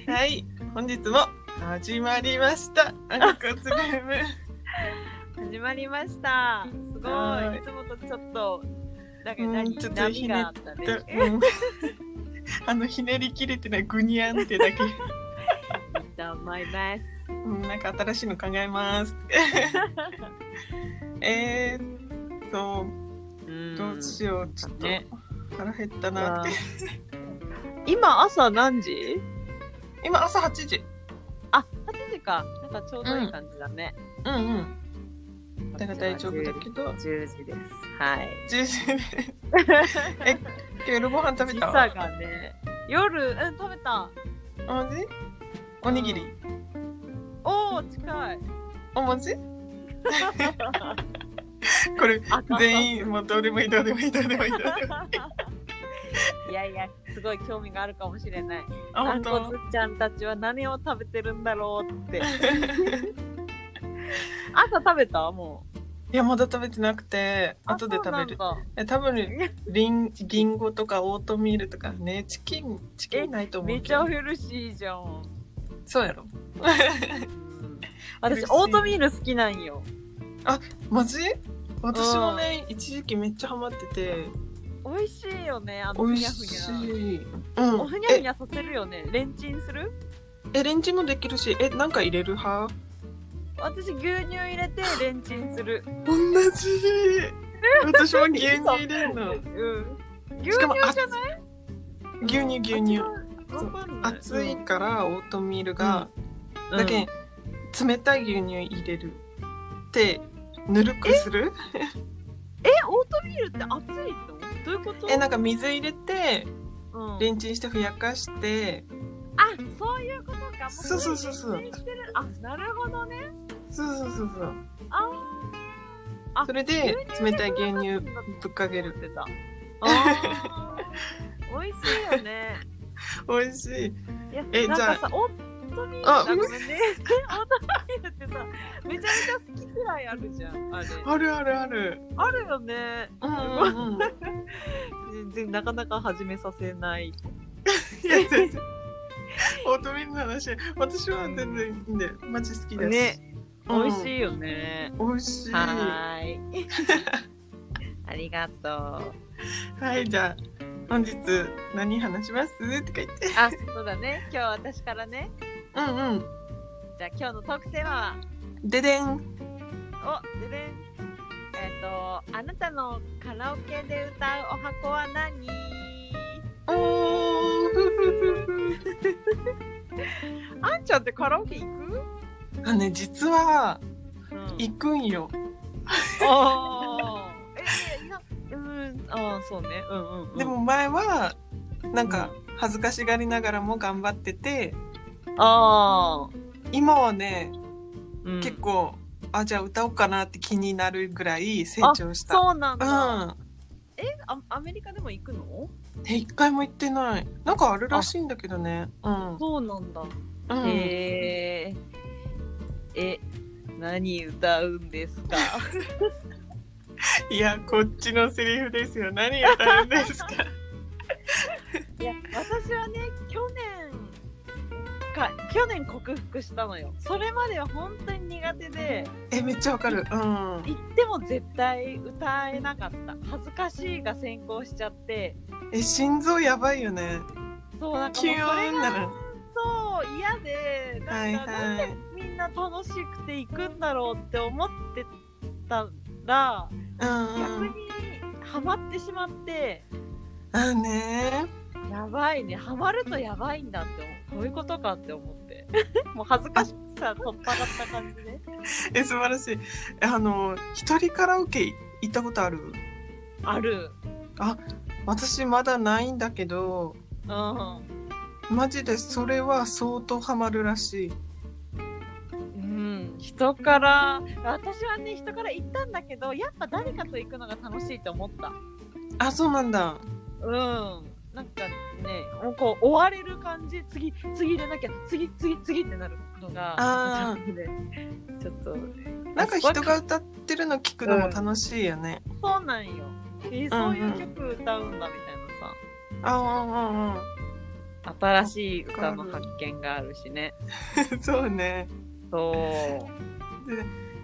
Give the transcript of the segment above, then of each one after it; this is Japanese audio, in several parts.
はい、本日も始まりました。アニコツルーム。 始まりました。すごい。いつもとちょっとなんかちょっと波があったね。 ひねりきれてないグニャンってだけ。 一思います。 なんか新しいの考えます。どうしよう、ちょっと腹減ったなって。 今朝何時？ 今朝8時。 あ、8時か。なんかちょうどいい感じだね。 だから大丈夫だけど。 10時です。はい。 10時です。今日夜ご飯食べた？ 時差がね。夜、食べた。 マジ？おにぎり。 おー、近い。 おマジ？これ全員もうどうでもいい。いやいや、すごい興味があるかもしれない。 あんこつちゃんたちは何を食べてるんだろうって。朝食べた？もう。 いや、まだ食べてなくて、後で食べる。多分リンゴとかオートミールとかね、チキンないと思うけど。 めっちゃヘルシーじゃん。 そうやろ。 私オートミール好きなんよ。 あ、マジ？私もね、一時期めっちゃハマってて。 美味しいよね、 美味しい。 おふにゃふにゃさせるよね。レンチンする？ レンチンもできるし、なんか入れる派？ 私牛乳入れてレンチンする。 同じ。私も牛乳入れるの。 牛乳じゃない？ 牛乳。熱いからオートミールが、だけ冷たい牛乳入れるってぬるくする？ オートミールって熱いの？どういうこと？ なんか水入れて、レンチンしてふやかして。 あ、そういうことか。 そう。 あ、なるほどね。 そう。それで冷たい牛乳ぶっかけるってた。 美味しいよね。 美味しい。 なんかさ、オートミール、ごめんね。オートミールってさ、めちゃめちゃ好き嫌いあるじゃん。ある。あるよね。全然なかなか始めさせない。 いや全然。オートミールの話、私は全然いいんだよ。マジ好きだし。 ね、美味しいよね。 美味しい。 はい。ありがとう。はい、じゃあ本日何話します？とか言って。 あ、そうだね。今日私からね。じゃあ今日のトークテーマはででん。 あなたのカラオケで歌うお箱は何？あんちゃんってカラオケ行く？ 実は、行くんよ。 そうね。 でも前はなんか恥ずかしがりながらも頑張ってて、今はね、結構じゃあ歌おうかなって気になるぐらい成長した。 そうなんだ。アメリカでも行くの？ 一回も行ってない。なんかあるらしいんだけどね。 そうなんだ。何歌うんですか？ いや、こっちのセリフですよ。何歌うんですか？ いや、私はね、去年克服したのよ。それまでは本当に苦手で。 めっちゃわかる。 行っても絶対歌えなかった。恥ずかしいが先行しちゃって。 心臓やばいよね。 そう、なんかもうそれがそう嫌で、なんでみんな楽しくて行くんだろうって思ってたら、逆にハマってしまって。やばいね。ハマるとやばいんだって思う。こういうことかって思って。もう恥ずかしさ取っ払った感じね。 素晴らしい。一人カラオケ行ったことある？ ある。 私まだないんだけど、マジでそれは相当ハマるらしい。 私はね、人から行ったんだけど、やっぱ誰かと行くのが楽しいと思った。 そうなんだ。 なんかね、もうこう追われる感じ、次入れなきゃ、次ってなるのがちょっとなんか人が歌ってるの聞くのも楽しいよね。 そうなんよ。そういう曲歌うんだみたいなさ。 新しい歌の発見があるしね。 そうね。 そう。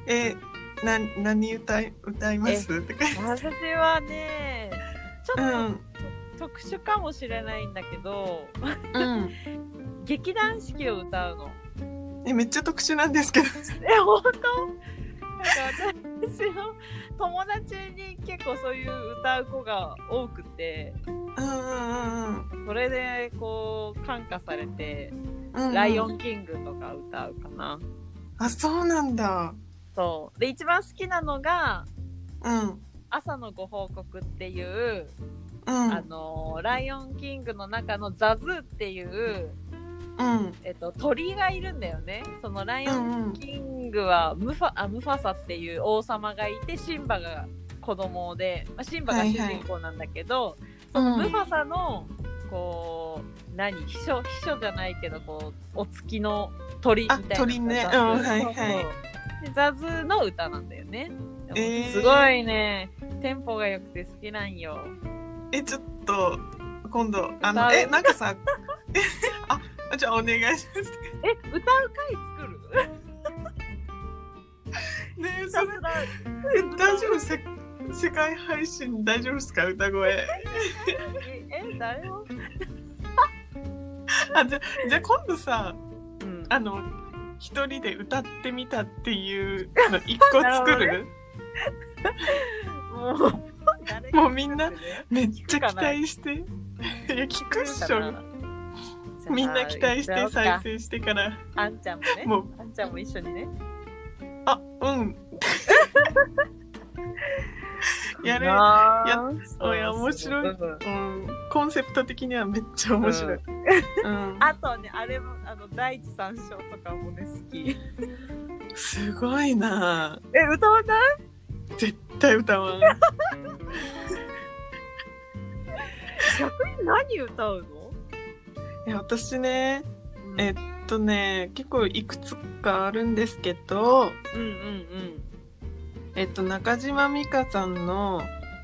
で何歌いますって私はね、ちょっと特殊かもしれないんだけど、劇団四季を歌うの。 めっちゃ特殊なんですけど。 本当？なんか私の友達に結構そういう歌う子が多くて、それでこう感化されて、ライオンキングとか歌うかな。 あ、そうなんだ。 そうで、一番好きなのが、朝のご報告っていう、ライオンキングの中のザズーっていう、鳥がいるんだよね。そのライオンキングはムファサっていう王様がいて、シンバが子供で、シンバが主人公なんだけど、そのムファサのこう秘書じゃないけど、こうお月の鳥みたいな。 鳥ね。 でザズーの歌なんだよね。すごいね、テンポが良くて好きなんよ。 ちょっと今度なんかさじゃあお願いします。 歌う回作る？ ねえ、大丈夫？世界配信大丈夫ですか？歌声。 誰もじゃあ今度さ、一人で歌ってみたっていうの一個作る？もうみんなめっちゃ期待して。いや、聞くっしょ。みんな期待して再生してから。 あんちゃんもね。あんちゃんも一緒にね。やる。面白い。コンセプト的にはめっちゃ面白い。 あとね、あれも第一三章とかもね、好き。 すごいな。 歌わない？ 絶対歌わん。 逆に何歌うの？ 私ね、結構いくつかあるんですけど、中島美嘉さんの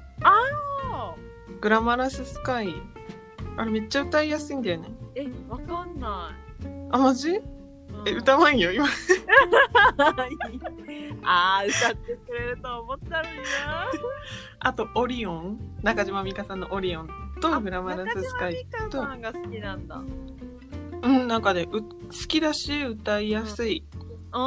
グラマラススカイ、あれめっちゃ歌いやすいんだよね。 わかんない。 マジ？歌わんよ今。 歌ってくれると思ったのにな。 あとオリオン、中島美嘉さんのオリオンとグラマラススカイと。中島美嘉さんが好きなんだ。 なんかね、好きだし歌いやすい。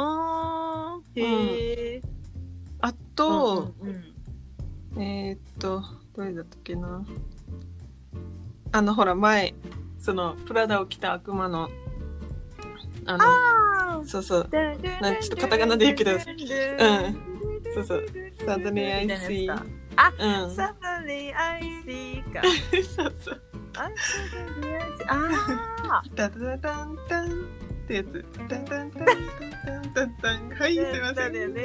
へえ。 あと、どれだったっけな。ほら前そのプラダを着た悪魔のそうそう、ちょっとカタカナで言うけど、そうそう、サドニーアイシー。 サドニーアイシーか。 そうそう。ダダダダンタンってやつ。ダダンタンタンタンタン。はい、すいません。 いいね、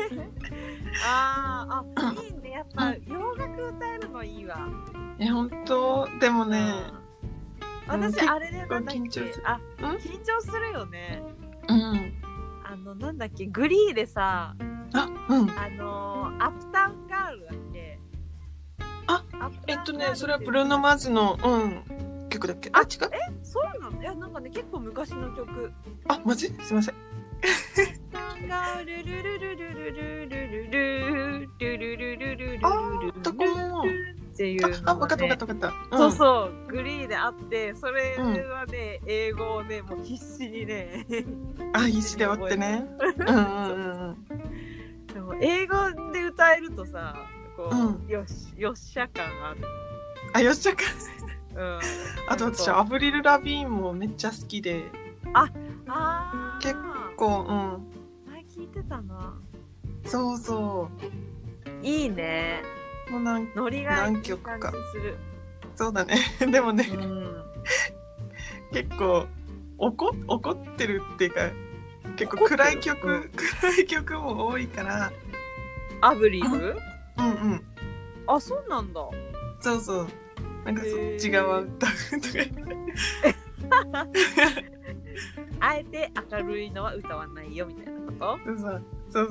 やっぱ洋楽歌えるのいいわ。 本当でもね、 私あれで緊張する。 緊張するよね。なんだっけ、グリーでさ、アップタウンガールだっけ？ それはブルーノ・マーズの曲だっけ？違う？ そうなの？いや、なんかね、結構昔の曲。 マジ？すいません。 っていうのがね、 分かった。 そうそう、グリーであって、それはね、英語をね、もう必死にね。 必死で割ってね。 でも英語で歌えるとさ、こう、よっしゃ感ある。 よっしゃ感。あと私アブリル・ラビーンもめっちゃ好きで。結構前聞いてたな。 そうそう。 いいね。 もうノリが何曲か。 する。 そうだね。でもね、結構怒ってるっていうか、結構暗い曲も多いから。 アブリル？そうなんだ。 そうそう。なんかそっち側歌うとか。 あえて明るいのは歌わないよみたいなこと？ そう。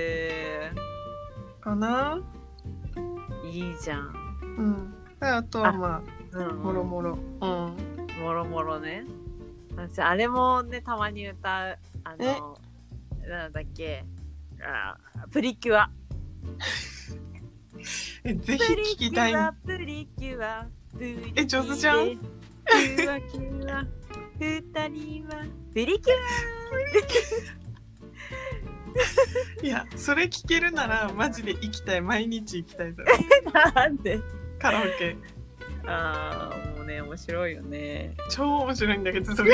かな？ いいじゃん。 あとはもろもろ。 もろもろね。私あれもねたまに歌うなんだっけプリキュア。 ぜひ聞きたい。 プリキュア上手じゃん。 キュアキュア二人はプリキュア。いやそれ聞けるならマジで行きたい。毎日行きたい。 なんでカラオケ。 もうね面白いよね。 超面白いんだけどそれ。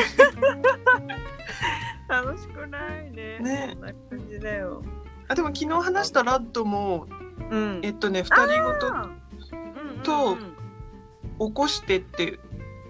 楽しくないね。 ね。 こんな感じだよ。 でも昨日話したラッドも、二人ごとと起こしてって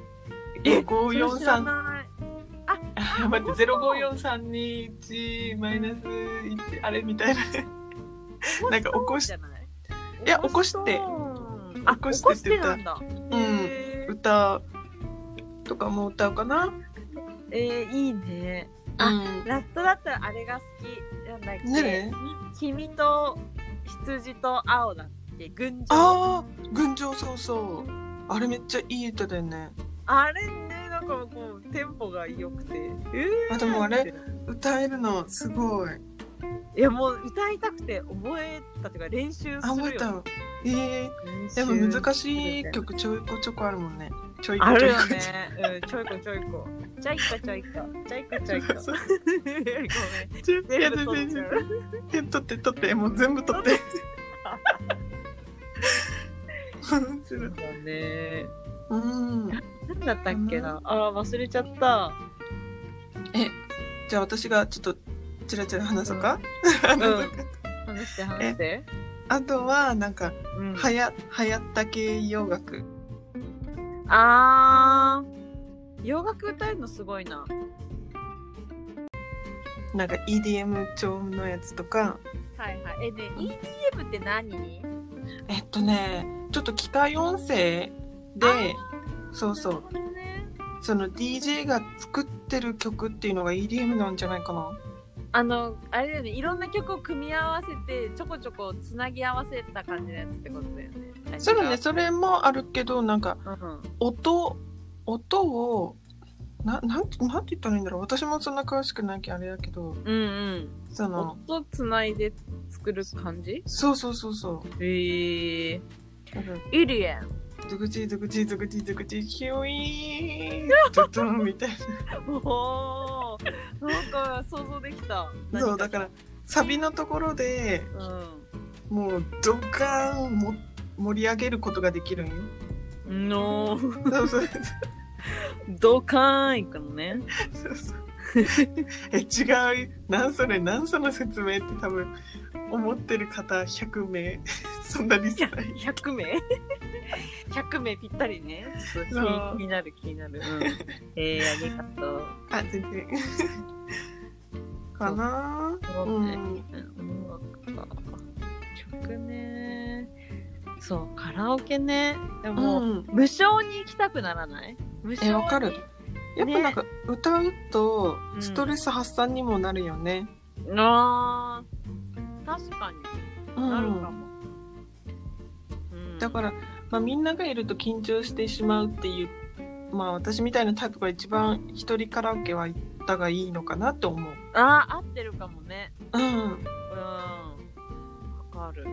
0543待って054321マイナス1あれみたいななんか起こしいや起こして起こしてって歌歌とかも歌うかな。 いいね。ラットだったらあれが好きなんだっけ、 ね、 君と羊と青だっけ、群青。群青、そうそう、あれめっちゃいい歌だよね。 あれね、なんかこうテンポが良くて、 でもあれ歌えるのすごい。 いやもう歌いたくて覚えたというか練習するよ。 覚えた。でも難しい曲ちょいこちょこあるもんね。ちょいこあるよね。ちょいこちょいこ。ちょいこちょいこ。ちょいこちょいこ。ごめん。 いや全然取ってもう全部取って。 そうだね。何だったっけな。忘れちゃった。 じゃあ私がちょっとチラチラ話そうか。 話して。 あとはなんか流行った系洋楽。 洋楽歌えるのすごいな。 なんか EDM 調のやつとか。 はいはい。ね、EDM って何？ ちょっと機械音声で、そうそう。その DJ が作ってる曲っていうのが EDM なんじゃないかな。 あれだよね、いろんな曲を組み合わせてちょこちょこつなぎ合わせた感じのやつってことだよね。 そうだね、それもあるけど、なんか、音をなんて言ったらいいんだろう。私もそんな詳しくないけどあれだけど、その音つないで作る感じ？ そう。 イリエンズグチヒュイードドンみたいな。 おー、なんか想像できた。 そうだからサビのところで、もうドカーン盛り上げることができるんよ。そうドカーンいくのね。 そう違う、なんその説明って多分思ってる方100名そんなに少ない。 100名100名ぴったりね。ちょっと気になる。ありがとう。 全然かな。 曲ね。そう、カラオケね。でも、無償に行きたくならない？ わかる。やっぱなんか歌うとストレス発散にもなるよね。 確かになるかも。 だから、みんながいると緊張してしまうっていう、私みたいなタイプが一番一人カラオケは行ったがいいのかなと思う。 合ってるかもね。わかる。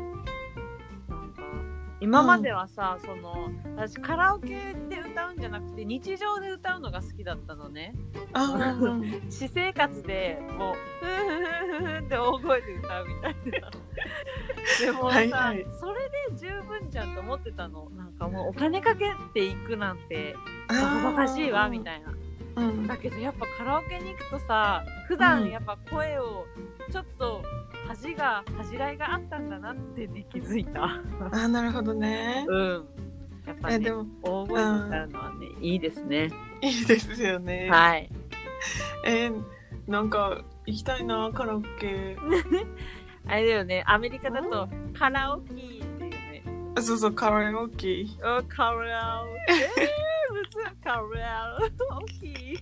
今まではさ、私カラオケで歌うんじゃなくて日常で歌うのが好きだったのね。私生活でもうフーって大声で歌うみたいな。でもさ、それで十分じゃんと思ってたの。なんかもうお金かけていくなんてバカバカしいわみたいな。だけどやっぱカラオケに行くとさ、普段やっぱ声をちょっと恥じらいがあったんだなってね、気づいた。 なるほどね。 やっぱね、でも大声で歌うのはね、いいですね。 いいですよね。 はい。 なんか行きたいな、カラオケ。 あれだよね、アメリカだとカラオケっていうね。 そう、カラオケ。 カラオケ。カラオケ。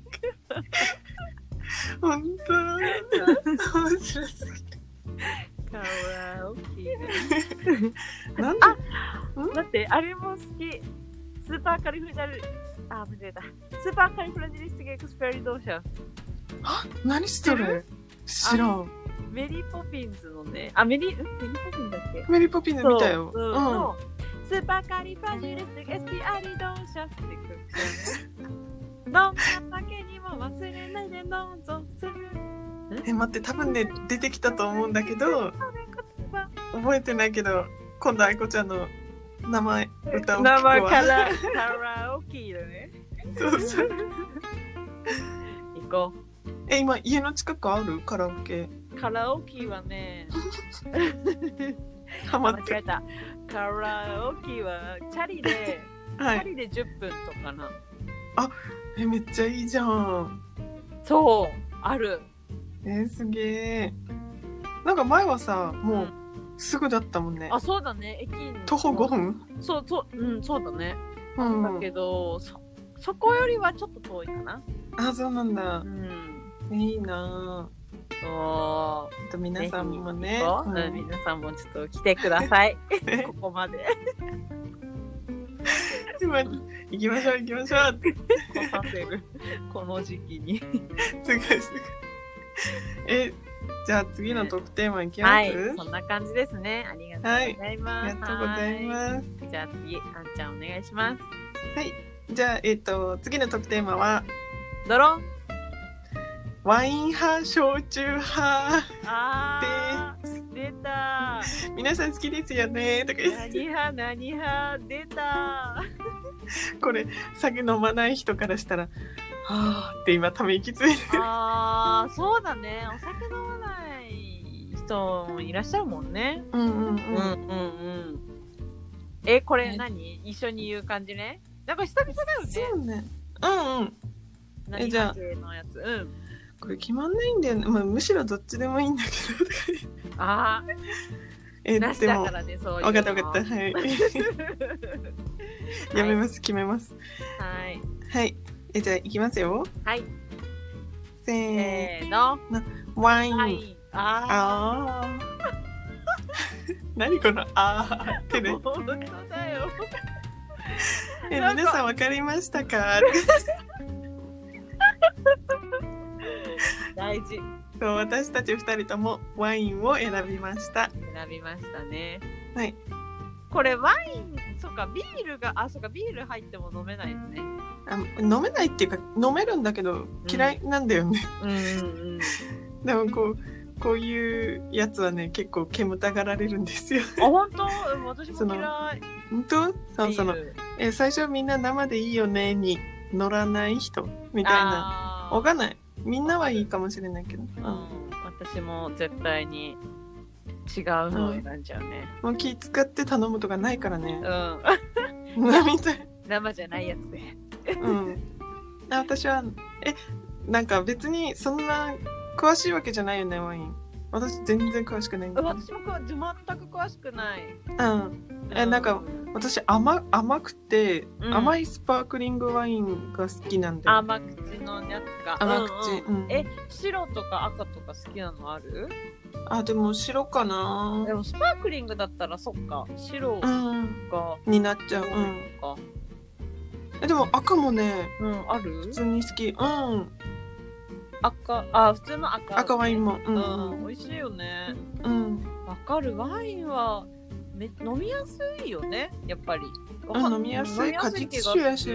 本当だ。面白すぎる。 カラオケ。 なんで？ だってあれも好き。スーパーカリフラ間違えた。スーパーカリフラジリスティックエクスペリドーシャス。 あ、何それ？知らん。 メリーポピンズのね、メリーポピンだっけ？ メリーポピンズ見たよ。 スーパーカリフラジリスティックエスピアリドーシャスって曲。どんなわけにも忘れないでどうぞする。 待って、多分ね、出てきたと思うんだけど、覚えてないけど、今度愛子ちゃんの名前歌を聞くわ。 名前カラオケだね。 そうそう。 行こう。 今家の近くあるカラオケ？ カラオケはね、 ハマってる。 カラオケはチャリで、 はい、 チャリで10分とかな。 めっちゃいいじゃん。 そう、ある。 すげえ。なんか前はさ、もうすぐだったもんね。 そうだね。駅に徒歩5分？ そうだね。だけど、そこよりはちょっと遠いかな。 そうなんだ。いいなぁ。皆さんもね、 皆さんもちょっと来てください。ここまで。 行きましょうって。来させる。この時期に。 すごい。じゃあ次のトークテーマいきます？ はい、そんな感じですね。ありがとうございます。 ありがとうございます。 じゃあ次、あんちゃんお願いします。 はい。じゃあ、次のトークテーマは、 ドロン。 ワイン派、焼酎派です。 出た。 皆さん好きですよねとか言って。 何派出た。 これ酒飲まない人からしたらはーって今ため息ついてる。 そうだね。お酒飲まない人もいらっしゃるもんね。これ何？一緒に言う感じね。なんか久々だよね。 そうね。 何派系のやつ？ これ決まんないんだよね。むしろどっちでもいいんだけど。 なしだからね、そういうの。 分かった。はい。やめます、決めます。はい。じゃあ、いきますよ。 はい。 せーの。 ワイン。何このってね。 本当だよ。 皆さん分かりましたか？ 大事。 そう、私たち2人ともワインを選びました。 選びましたね。 はい。 これワイン、ビールが、ビール入っても飲めないよね。 飲めないっていうか、飲めるんだけど嫌いなんだよね。でもこういうやつはね、結構煙たがられるんですよ。 本当？私も嫌い。 本当？最初みんな生でいいよねに乗らない人みたいな。わかんない。みんなはいいかもしれないけど。 私も絶対に違うのを選んじゃうね。 もう気使って頼むとかないからね。 生じゃないやつで。 私はなんか別にそんな詳しいわけじゃないよね、ワイン。私全然詳しくないんだけど。 私も全く詳しくない。 なんか私甘くて、甘いスパークリングワインが好きなんで。 甘口のやつか。 甘口。 白とか赤とか好きなのある？ でも白かな。 でもスパークリングだったらそっか、白がになっちゃう。でも赤もね、 ある？ 普通に好き。 普通の赤ワインも。 美味しいよね。わかる。ワインは飲みやすいよね、やっぱり。 飲みやすい。果実酒やし。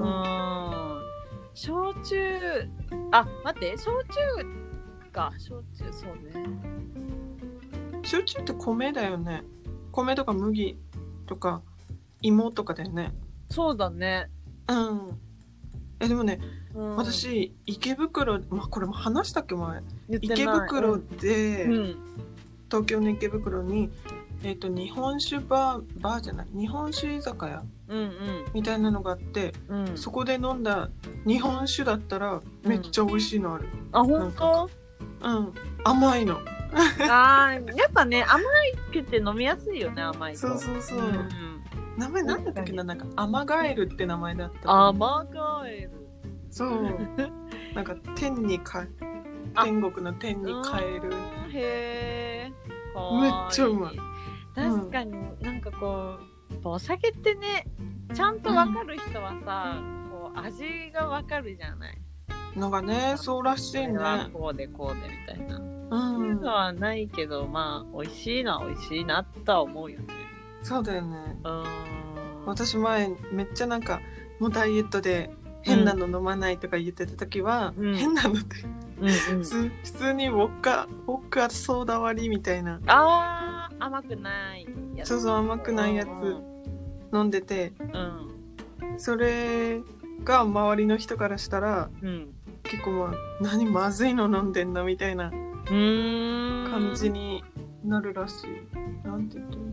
焼酎。待って、焼酎か。焼酎、そうね。 焼酎って米だよね。米とか麦とか芋とかだよね。 そうだね。 でもね、私池袋、これも話したっけ前。池袋で、東京の池袋に日本酒バーじゃない、日本酒居酒屋みたいなのがあって、そこで飲んだ日本酒だったらめっちゃ美味しいのある。 本当？ 甘いの。 やっぱね、甘くて飲みやすいよね、甘いと。 そう。名前なんだったっけな、なんかアマガエルって名前だった。 アマガエル。 そう。なんか天国の天に変える。 へー。めっちゃうまい。 確かになんかお酒ってね、ちゃんとわかる人はさ、 味がわかるじゃない。 なんかね、そうらしいね。 こうでこうでみたいな。そういうのはないけど、まあ美味しいのは美味しいなとは思うよね。 そうだよね。私前めっちゃなんかもうダイエットで変なの飲まないとか言ってた時は、変なのって、普通にウォッカソーダ割りみたいな。 甘くないやつ。そうそう、甘くないやつ飲んでて、それが周りの人からしたら、結構何まずいの飲んでんのみたいな感じになるらしい。なんて言った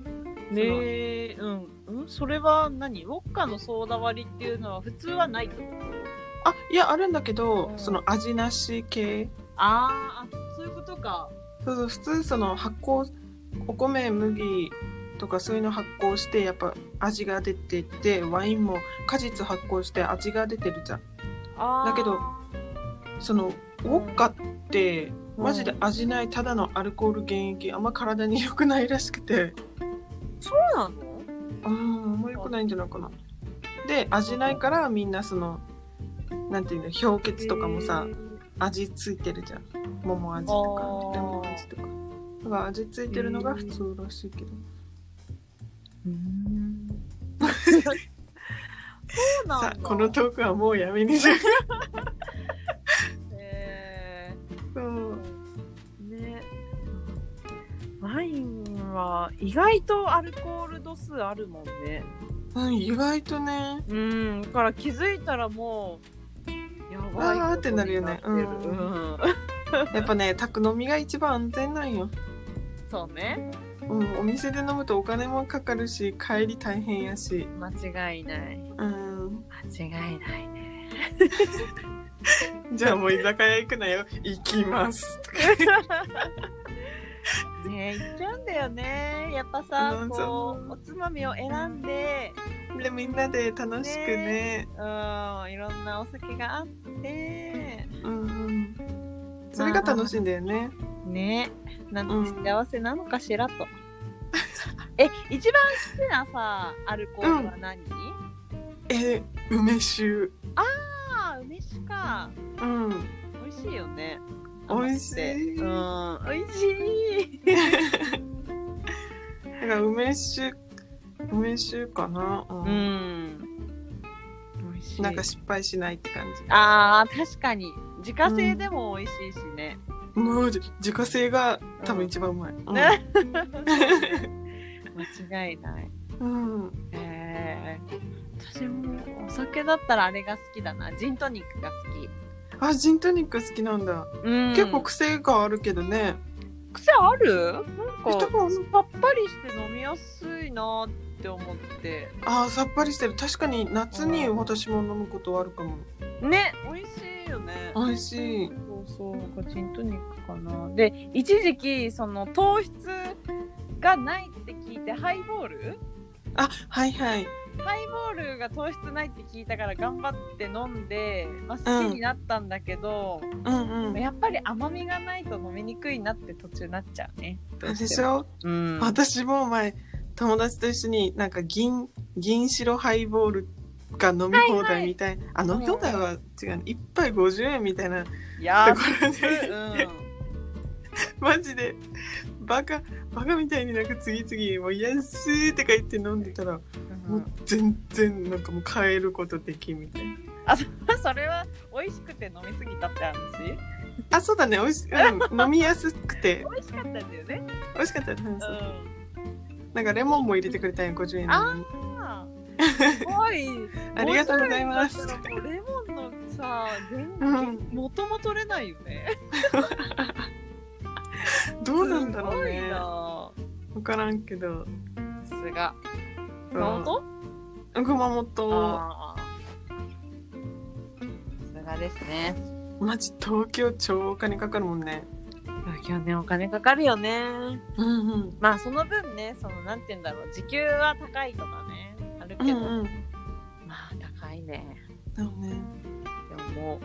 の？それは何？ウォッカのソーダ割りっていうのは普通はないってこと？ いやあるんだけど、その味なし系。 そういうことか。 そうそう、普通その発酵お米麦とかそういうの発酵してやっぱ味が出てて、ワインも果実発酵して味が出てるじゃん。だけどそのウォッカってマジで味ないただのアルコール原液、あんま体に良くないらしくて。 そうなの？ あんま良くないんじゃないかな。で味ないからみんなそのなんていうの、氷結とかもさ味ついてるじゃん。桃味とかレモン味とか。だから味ついてるのが普通らしいけど。 そうなんだ。 さあこのトークはもうやめにしよう。そうね。ワインは意外とアルコール度数あるもんね。 意外とね。 だから気づいたらもうやばいことになってってなるよね。やっぱね、宅飲みが一番安全なんよ。 そうね。 お店で飲むとお金もかかるし、帰り大変やし。 間違いない。間違いないね。 じゃあもう居酒屋行くなよ。行きます。 ね、行っちゃうんだよね。やっぱさ、こうおつまみを選んで、 みんなで楽しくね。 いろんなお酒があって、 それが楽しいんだよね。 ね、なんて幸せなのかしらと。一番好きなさ、アルコールは何？ 梅酒。 梅酒か。美味しいよね。 美味しい。 美味しい。 だから梅酒かな。 美味しい。 なんか失敗しないって感じ。 確かに自家製でも美味しいしね。 もう自家製が多分一番うまい。 間違いない。私もお酒だったらあれが好きだな。ジントニックが好き。 ジントニック好きなんだ。結構癖があるけどね。 癖ある？なんかさっぱりして飲みやすいなって思って。 さっぱりしてる。確かに夏に私も飲むことはあるかも。 ね、美味しいよね。 美味しい。 そうジントニックかな。で、一時期その糖質がないって聞いてハイボール？ はいはい。 ハイボールが糖質ないって聞いたから頑張って飲んで、好きになったんだけど、やっぱり甘みがないと飲みにくいなって途中なっちゃうね。 でしょ？私も前友達と一緒になんか銀白ハイボールが飲み放題みたい、飲み放題は違う、1杯50円みたいなところで、マジでバカみたいになんか次々もう安いとか言って飲んでたら、もう全然なんかもう変えることできんみたいな。 それは美味しくて飲みすぎたって話？ そうだね、飲みやすくて美味しかったんだよね。 美味しかったです。なんかレモンも入れてくれたんよ、50円なのに。 すごい。 ありがとうございます。 レモンのさ、元も取れないよね。 どうなんだろうね。分からんけど。 さすが。熊本？ 熊本。 さすがですね。 マジ東京超お金かかるもんね。 東京ね、お金かかるよね。まあその分ね、なんて言うんだろう、時給は高いとかね、あるけど、まあ高いね。 だよね。 でももう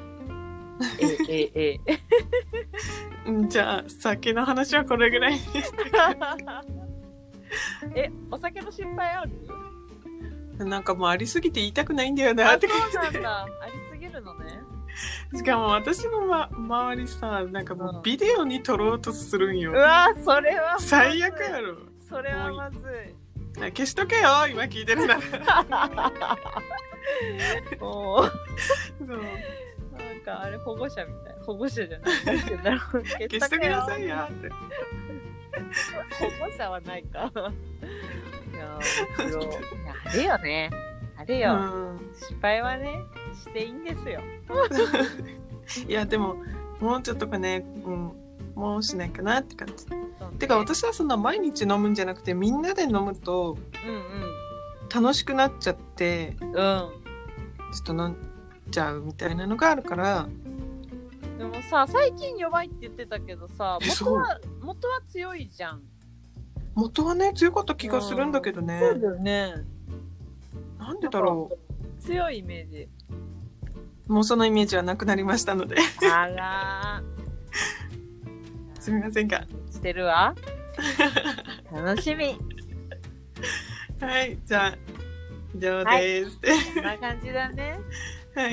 じゃあ酒の話はこれぐらいにしてお酒の心配ある？ なんかもうありすぎて言いたくないんだよなってそうなんだ。ありすぎるのね。 しかも私の、周りさ、なんかもうビデオに撮ろうとするんよ。 うわそれは最悪やろ。 それはまずい。 消しとけよ今聞いてるなら。 もうそうなんかあれ保護者みたい。保護者じゃない。消消しときなさいよって。 保護者はないか。いやあれよね。あれよ、失敗はねしていいんですよ。 いやでももうちょっとかね、もうしないかなって感じ。てか私はそんな毎日飲むんじゃなくてみんなで飲むと楽しくなっちゃって、ちょっと飲んじゃうみたいなのがあるから。 でもさ最近弱いって言ってたけどさ元は強いじゃん。 元はね強かった気がするんだけどね。 そうだよね。 なんでだろう。強いイメージ。 もうそのイメージはなくなりましたので。 あらすみませんが。 してるわ。楽しみ。 はい、じゃあ以上です。 こんな感じだね。 はい。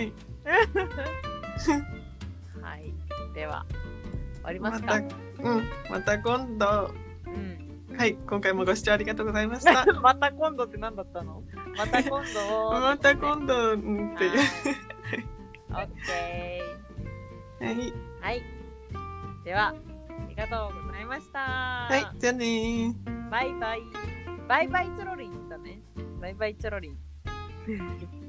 はい。では終わりますか。 また今度。はい、今回もご視聴ありがとうございました。 また今度って何だったの？また今度。 また今度って。 オッケー。はい。 はい。ではありがとうございました。 はい、じゃあねバイバイ。バイバイチョロリンだね。バイバイチョロリン。